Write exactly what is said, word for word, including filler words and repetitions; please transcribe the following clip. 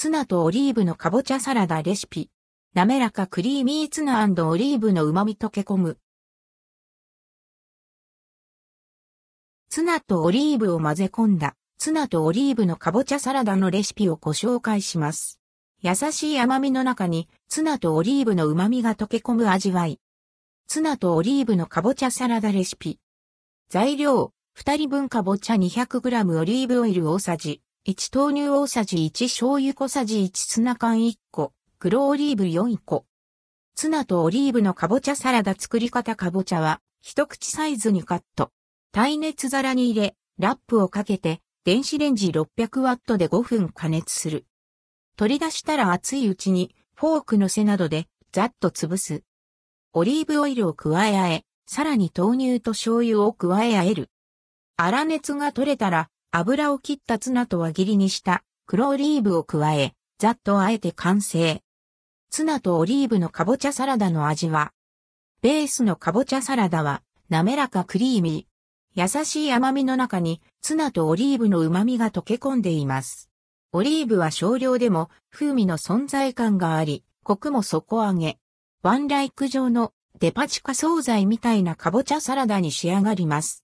ツナとオリーブのかぼちゃサラダレシピ。滑らかクリーミーツナ&オリーブの旨味溶け込む。ツナとオリーブを混ぜ込んだ、ツナとオリーブのかぼちゃサラダのレシピをご紹介します。優しい甘みの中に、ツナとオリーブの旨味が溶け込む味わい。ツナとオリーブのかぼちゃサラダレシピ。材料、ふたりぶんかぼちゃ にひゃくグラム オリーブオイル大さじいち豆乳大さじいち醤油小さじいちツナ缶いっこ、黒オリーブよんこ。ツナとオリーブのかぼちゃサラダ作り方かぼちゃは、一口サイズにカット。耐熱皿に入れ、ラップをかけて、電子レンジろっぴゃくワットでごふん加熱する。取り出したら熱いうちに、フォークの背などで、ざっと潰す。オリーブオイルを加えあえ、さらに豆乳と醤油を加えあえる。粗熱が取れたら、油を切ったツナと輪切りにした黒オリーブを加え、ざっとあえて完成。ツナとオリーブのかぼちゃサラダの味は、ベースのかぼちゃサラダは、滑らかクリーミー。優しい甘みの中に、ツナとオリーブの旨味が溶け込んでいます。オリーブは少量でも、風味の存在感があり、コクも底上げ。ワンライク状のデパ地下惣菜みたいなかぼちゃサラダに仕上がります。